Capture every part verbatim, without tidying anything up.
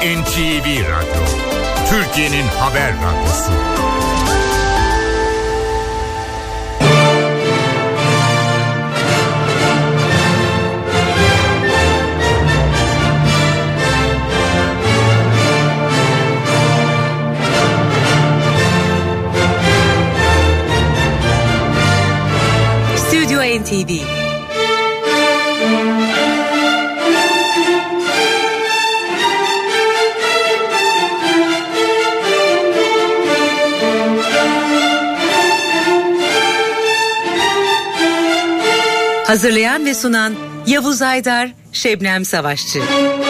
N T V Radyo, Türkiye'nin haber radyosu. Stüdyo N T V. Hazırlayan ve sunan Yavuz Aydar, Şebnem Savaşçı.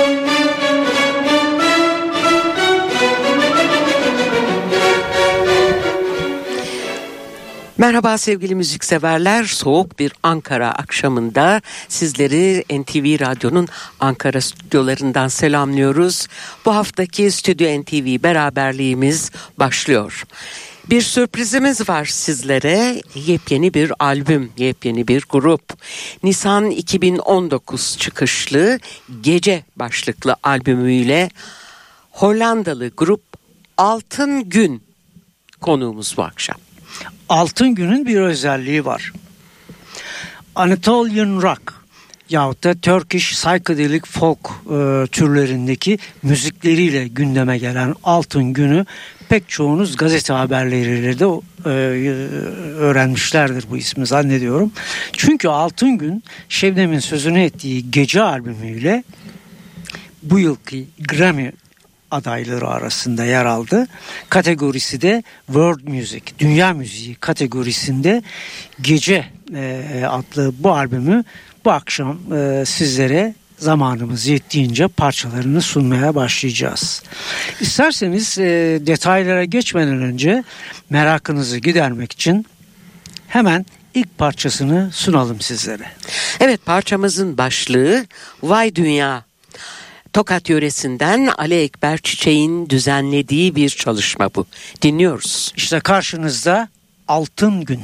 Merhaba sevgili müzikseverler. Soğuk bir Ankara akşamında sizleri N T V Radyo'nun Ankara stüdyolarından selamlıyoruz. Bu haftaki Stüdyo N T V beraberliğimiz başlıyor. Bir sürprizimiz var sizlere. Yepyeni bir albüm, yepyeni bir grup. Nisan iki bin on dokuz çıkışlı Gece başlıklı albümüyle Hollandalı grup Altın Gün konuğumuz bu akşam. Altın Gün'ün bir özelliği var. Anatolian Rock yahut da Turkish Psychedelic Folk e, türlerindeki müzikleriyle gündeme gelen Altın Gün'ü pek çoğunuz gazete haberleriyle de e, öğrenmişlerdir bu ismi zannediyorum. Çünkü Altın Gün, Şebnem'in sözünü ettiği Gece albümüyle bu yılki Grammy adayları arasında yer aldı. Kategorisi de World Music, Dünya Müziği kategorisinde Gece e, adlı bu albümü bu akşam e, sizlere zamanımız yettiğince parçalarını sunmaya başlayacağız. İsterseniz e, detaylara geçmeden önce merakınızı gidermek için hemen ilk parçasını sunalım sizlere. Evet, parçamızın başlığı Vay Dünya. Tokat yöresinden Ali Ekber Çiçek'in düzenlediği bir çalışma bu. Dinliyoruz. İşte karşınızda Altın Gün.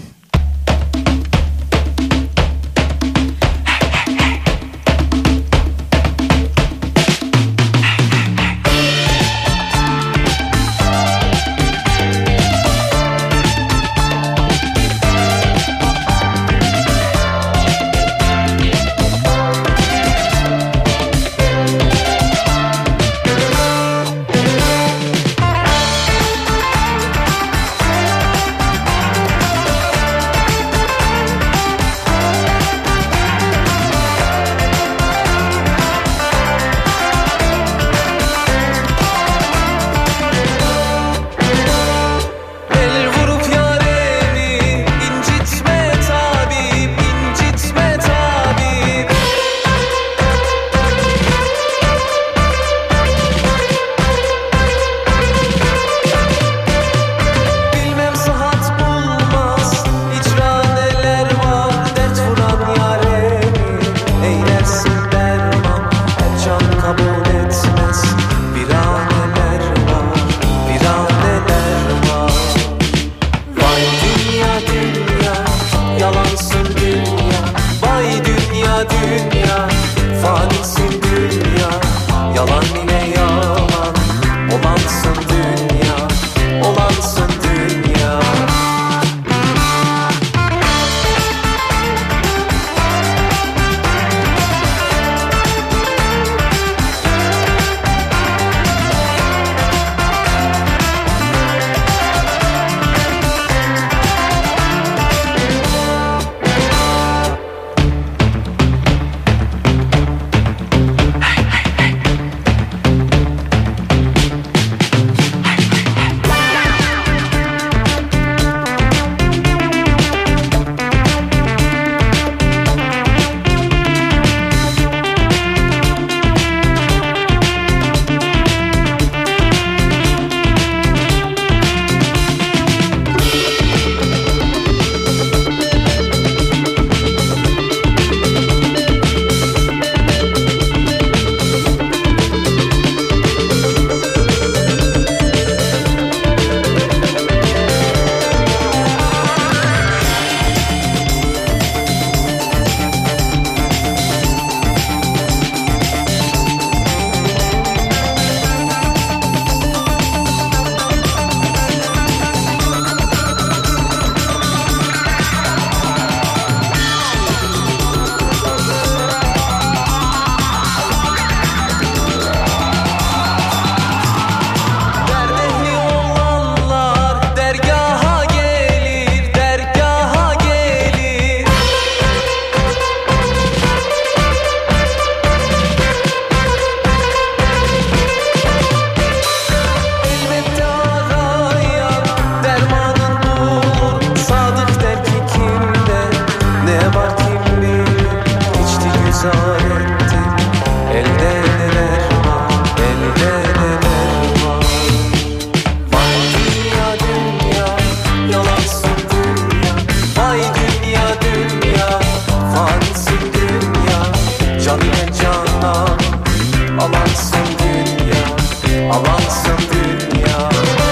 Avansın dünya, avansın dünya.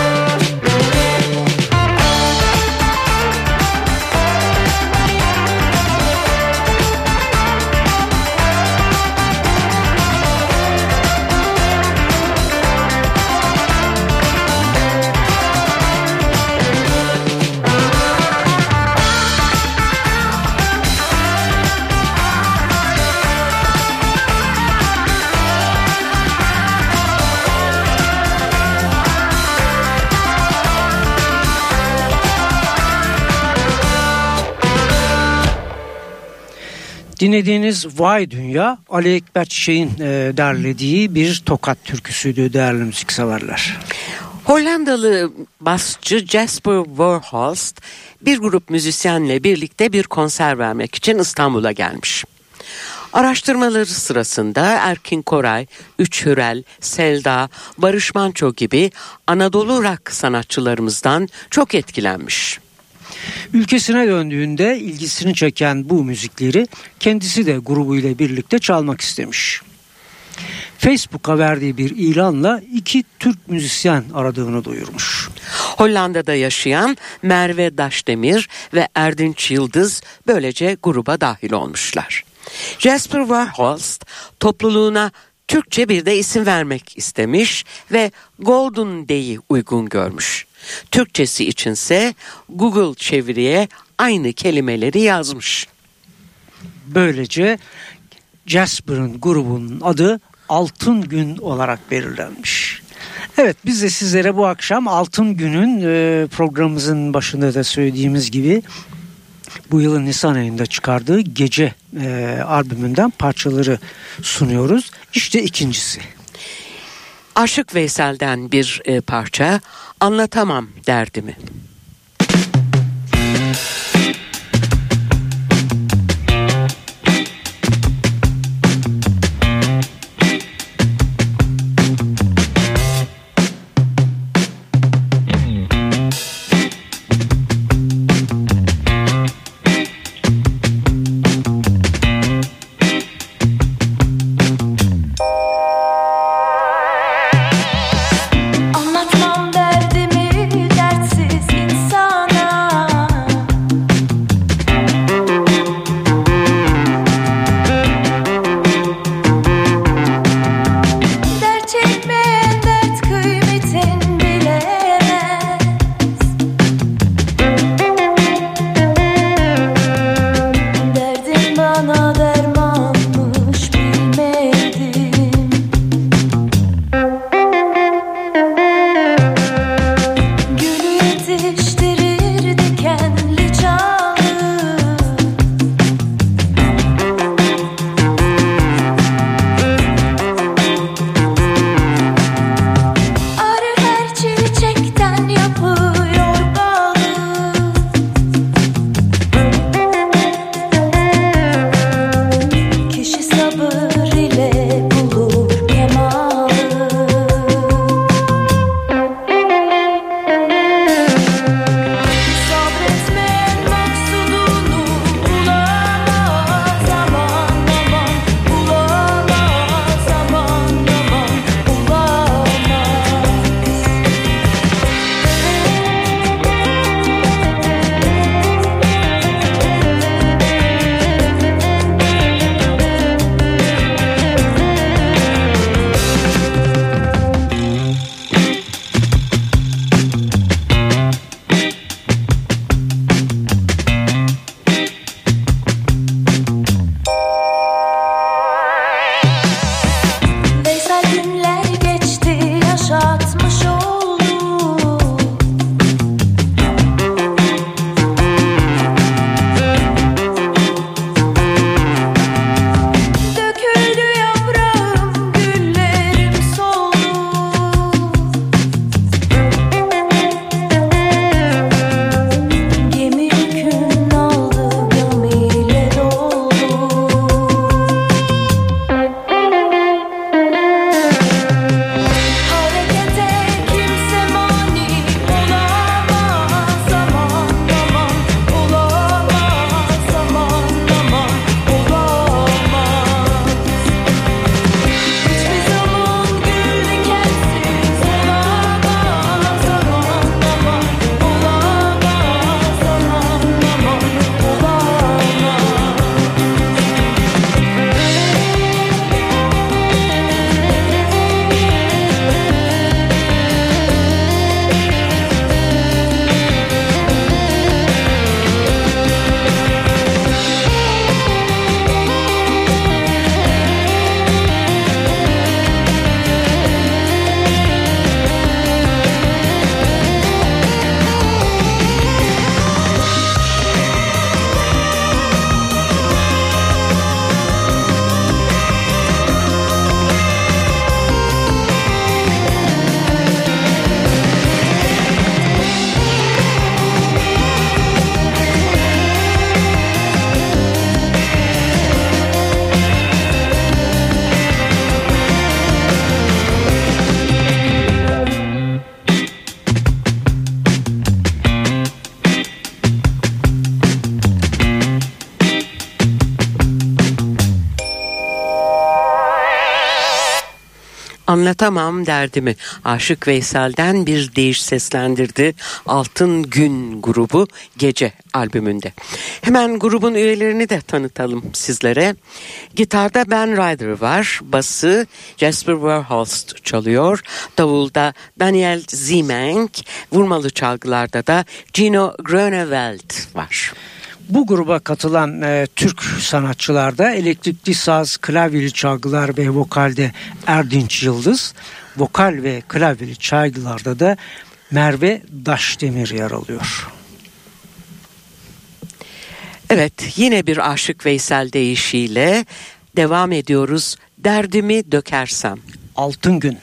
Dinlediğiniz Vay Dünya, Ali Ekber Çiçek'in e, derlediği bir Tokat türküsüydü değerli müzikseverler. Hollandalı basçı Jasper Verhulst bir grup müzisyenle birlikte bir konser vermek için İstanbul'a gelmiş. Araştırmaları sırasında Erkin Koray, Üç Hürel, Selda, Barış Manço gibi Anadolu rock sanatçılarımızdan çok etkilenmiş. Ülkesine döndüğünde ilgisini çeken bu müzikleri kendisi de grubuyla birlikte çalmak istemiş. Facebook'a verdiği bir ilanla iki Türk müzisyen aradığını duyurmuş. Hollanda'da yaşayan Merve Daşdemir ve Erdinç Yıldız böylece gruba dahil olmuşlar. Jasper Verhulst topluluğuna Türkçe bir de isim vermek istemiş ve Golden Day'i uygun görmüş. Türkçesi içinse Google çeviriye aynı kelimeleri yazmış. Böylece Jasper'ın grubunun adı Altın Gün olarak belirlenmiş. Evet, biz de sizlere bu akşam Altın Gün'ün e, programımızın başında da söylediğimiz gibi bu yılın Nisan ayında çıkardığı Gece e, albümünden parçaları sunuyoruz. İşte ikincisi. Aşık Veysel'den bir e, parça, Anlatamam Derdimi. Anlatmam derdimi dertsiz Anlatamam derdimi. Aşık Veysel'den bir deyiş seslendirdi Altın Gün grubu Gece albümünde. Hemen grubun üyelerini de tanıtalım sizlere. Gitarda Ben Ryder var, bası Jasper Verhulst çalıyor, davulda Daniel Ziemeng, vurmalı çalgılarda da Gino Groenewald var. Bu gruba katılan e, Türk sanatçılarda elektrikli saz, klavyeli çalgılar ve vokalde Erdinç Yıldız, vokal ve klavyeli çalgılarda da Merve Daşdemir yer alıyor. Evet, yine bir Aşık Veysel deyişiyle devam ediyoruz. Derdimi dökersem. Altın Gün.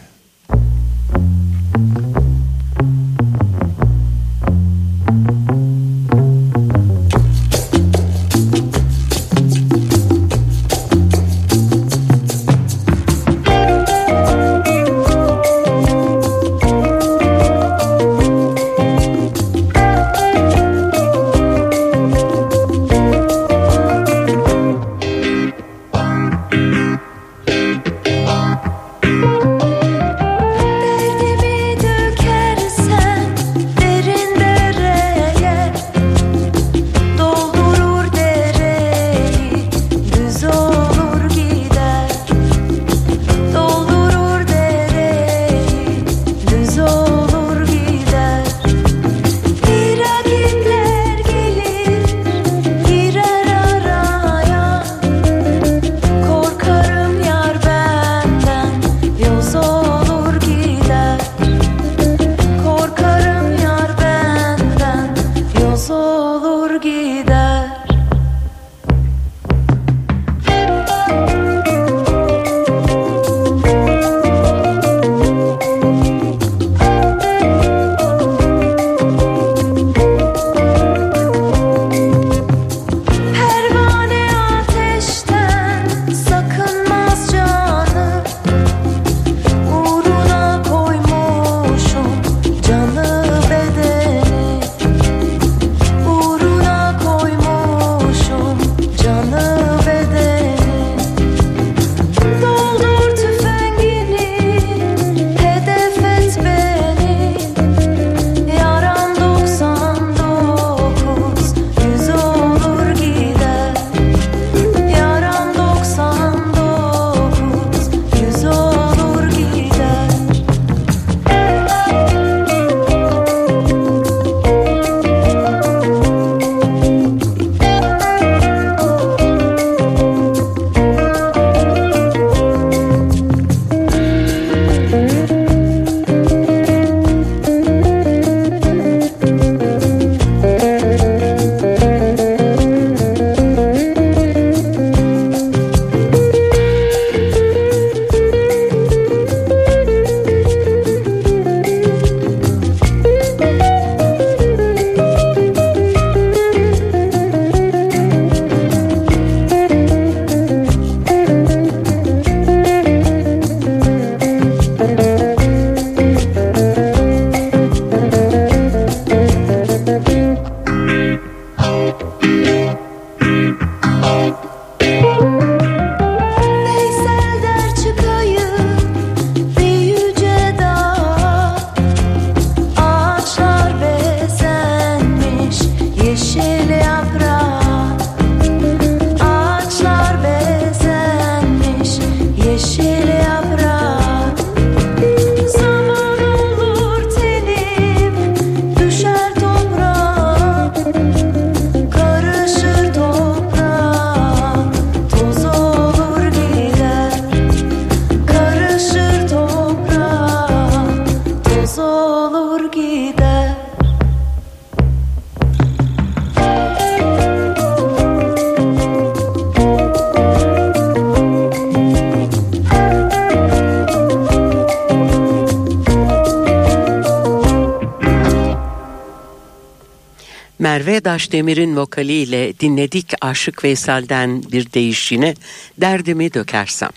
Merve Daşdemir'in vokaliyle dinledik Aşık Veysel'den bir deyişini, derdimi dökersem.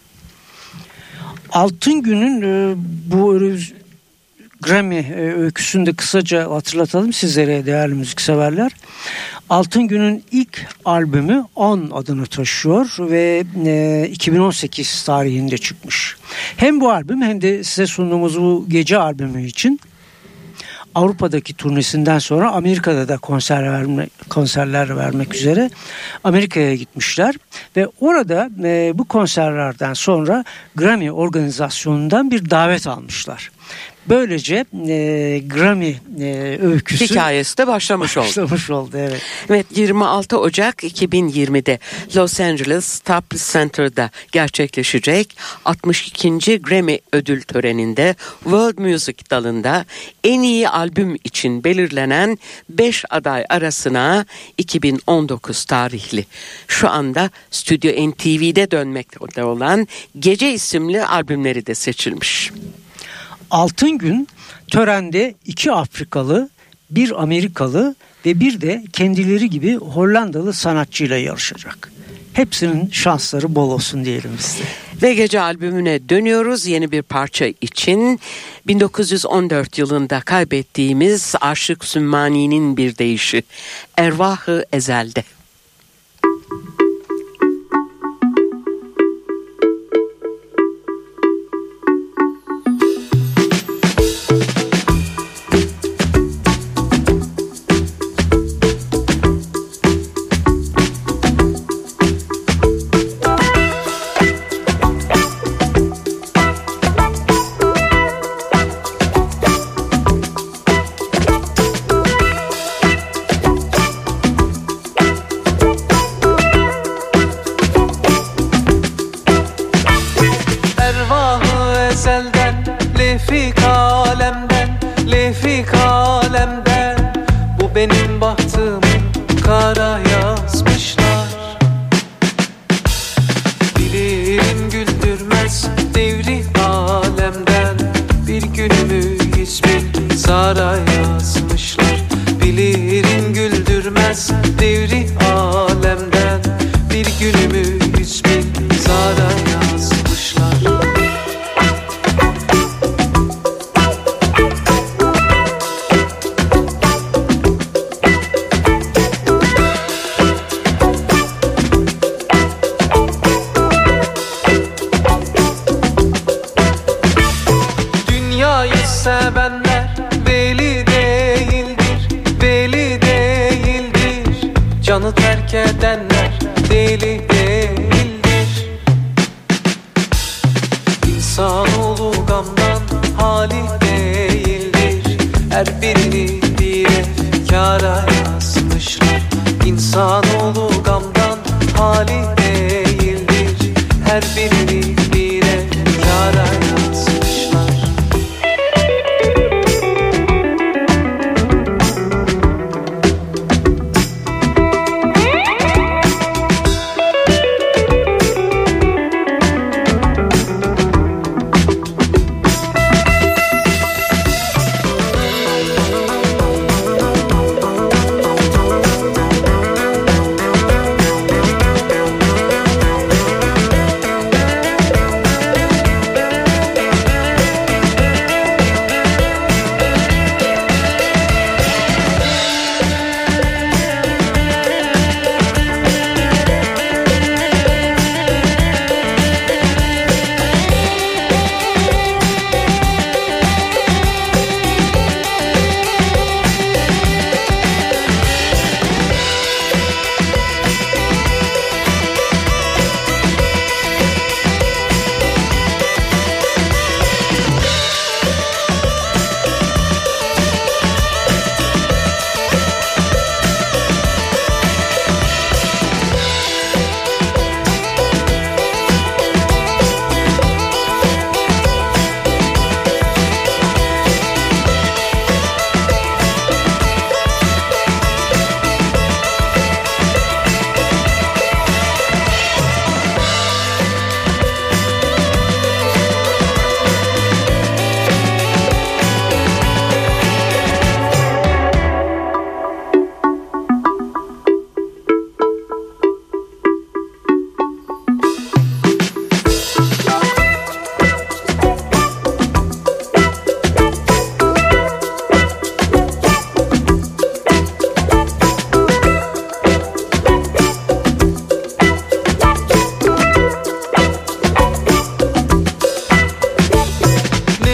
Altın Gün'ün e, bu Grammy e, öyküsünü de kısaca hatırlatalım sizlere değerli müzikseverler. Altın Gün'ün ilk albümü On adını taşıyor ve e, iki bin on sekiz tarihinde çıkmış. Hem bu albüm hem de size sunduğumuz bu gece albümü için Avrupa'daki turnesinden sonra Amerika'da da konser verme, konserler vermek üzere Amerika'ya gitmişler ve orada e, bu konserlerden sonra Grammy organizasyonundan bir davet almışlar. Böylece e, Grammy e, öyküsü hikayesi de başlamış oldu. Başlamış oldu, evet. Evet, yirmi altı Ocak iki bin yirmide Los Angeles Staples Center'da gerçekleşecek altmış ikinci Grammy ödül töreninde World Music dalında en iyi albüm için belirlenen beş aday arasına iki bin on dokuz tarihli şu anda Stüdyo N T V'de dönmekte olan Gece isimli albümleri de seçilmiş. Altın Gün törende iki Afrikalı, bir Amerikalı ve bir de kendileri gibi Hollandalı sanatçıyla yarışacak. Hepsinin şansları bol olsun diyelim biz de. Ve gece albümüne dönüyoruz yeni bir parça için. bin dokuz yüz on dört yılında kaybettiğimiz Aşık Sümmani'nin bir deyişi. Ervah-ı Ezel'de. Canı terk edenler deli değildir. İnsanoğlu gamdan hali değildir. Her birini bir efkara yazmışlar. İnsanoğlu gamdan hali değildir. Her birini bir efkara yazmışlar.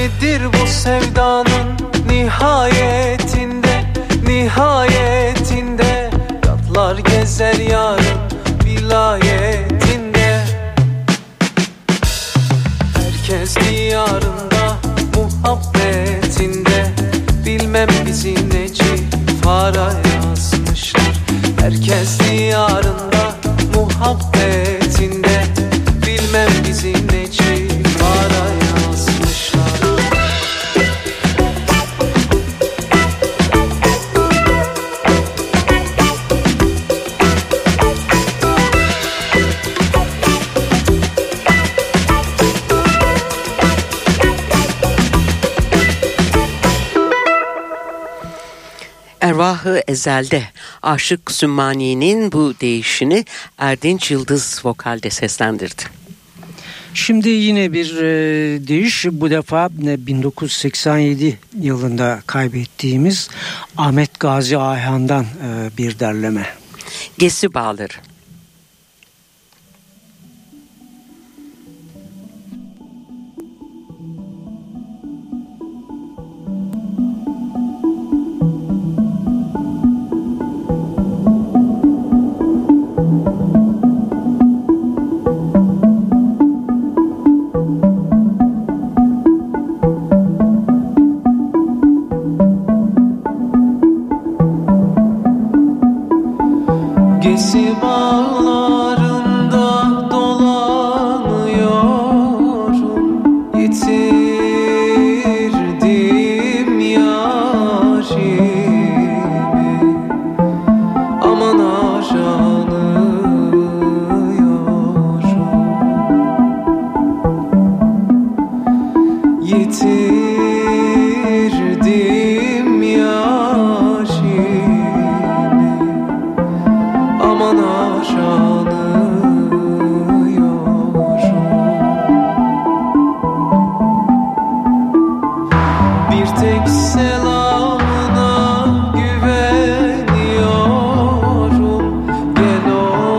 Nedir bu sevdanın nihayetinde, nihayetinde yatlar gezer yarın vilayetinde. Herkes diyarında muhabbetinde, bilmem bizi neci fara yazmışlar. Herkes diyarında muhabbetinde, bilmem bizi neci fara yazmışlar. Ervah-ı Ezel'de Aşık Sümmani'nin bu deyişini Erdinç Yıldız vokalde seslendirdi. Şimdi yine bir e, deyiş, bu defa e, bin dokuz yüz seksen yedi yılında kaybettiğimiz Ahmet Gazi Ayhan'dan e, bir derleme. Gesi Bağları. Gezi bağlarında dolanıyorum, yitirdim yarimi, aman aranıyorum. Yitirdim yarimi, aman aranıyorum. Bir tek selamına güveniyorum, gel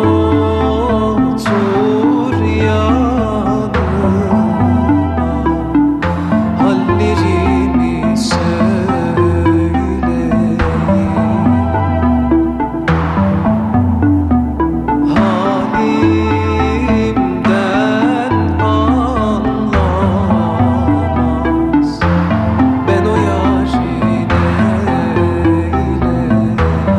otur yanıma, hallerimi söyleyeyim. Halimden anlamaz, ben o yaşı neyleyim.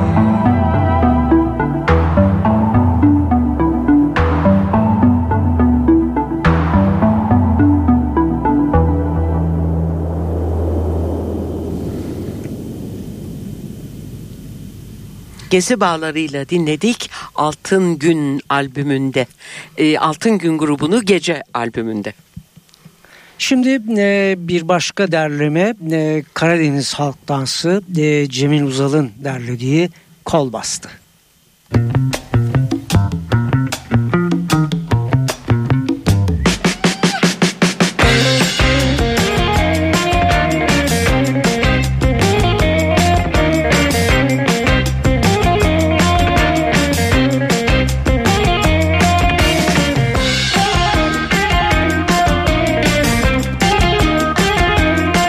Gezi Bağları'yla dinledik Altın Gün albümünde. E, Altın Gün grubunu Gece albümünde. Şimdi e, bir başka derleme, e, Karadeniz Halk Dansı, e, Cemil Uzal'ın derlediği Kol Bastı.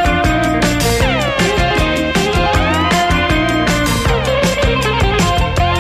Kol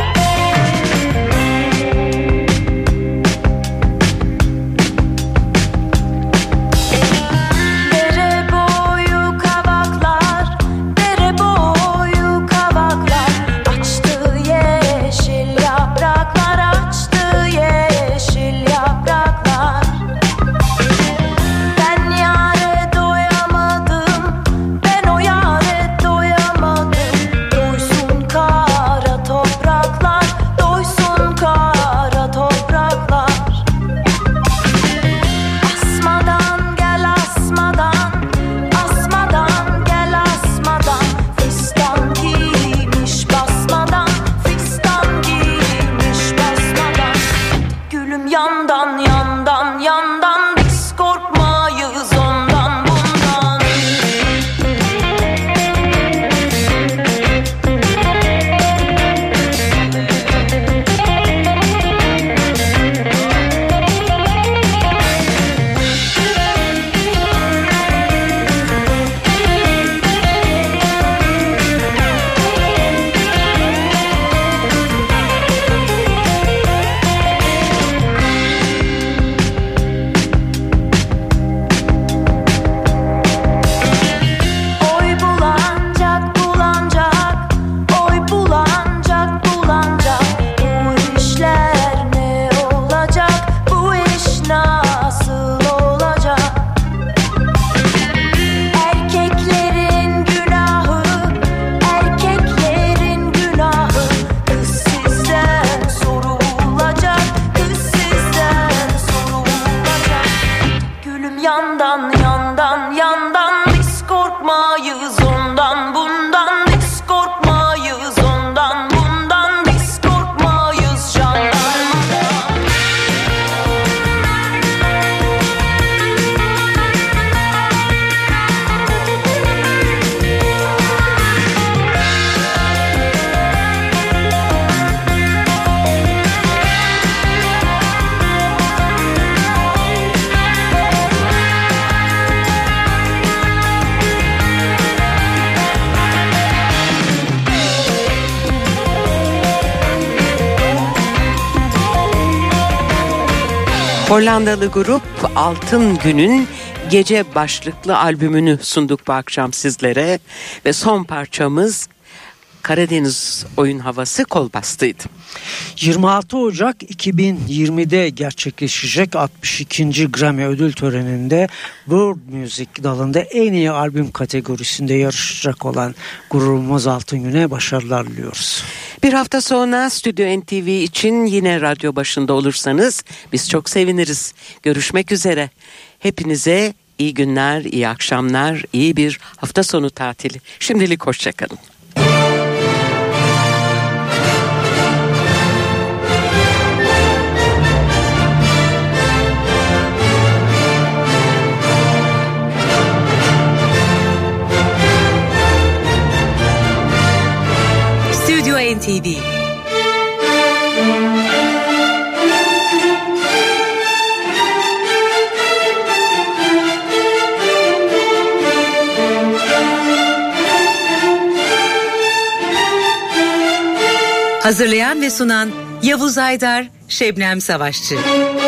Hollandalı grup Altın Gün'ün Gece başlıklı albümünü sunduk bu akşam sizlere ve son parçamız Karadeniz Oyun Havası Kolbastıydı. yirmi altı Ocak iki bin yirmide gerçekleşecek altmış ikinci Grammy ödül töreninde World Music dalında en iyi albüm kategorisinde yarışacak olan grubumuz Altın Gün'e başarılar diliyoruz. Bir hafta sonra Stüdyo N T V için yine radyo başında olursanız biz çok seviniriz. Görüşmek üzere. Hepinize iyi günler, iyi akşamlar, iyi bir hafta sonu tatili. Şimdilik hoşçakalın. Stüdyo N T V. Hazırlayan ve sunan Yavuz Aydar, Şebnem Savaşçı.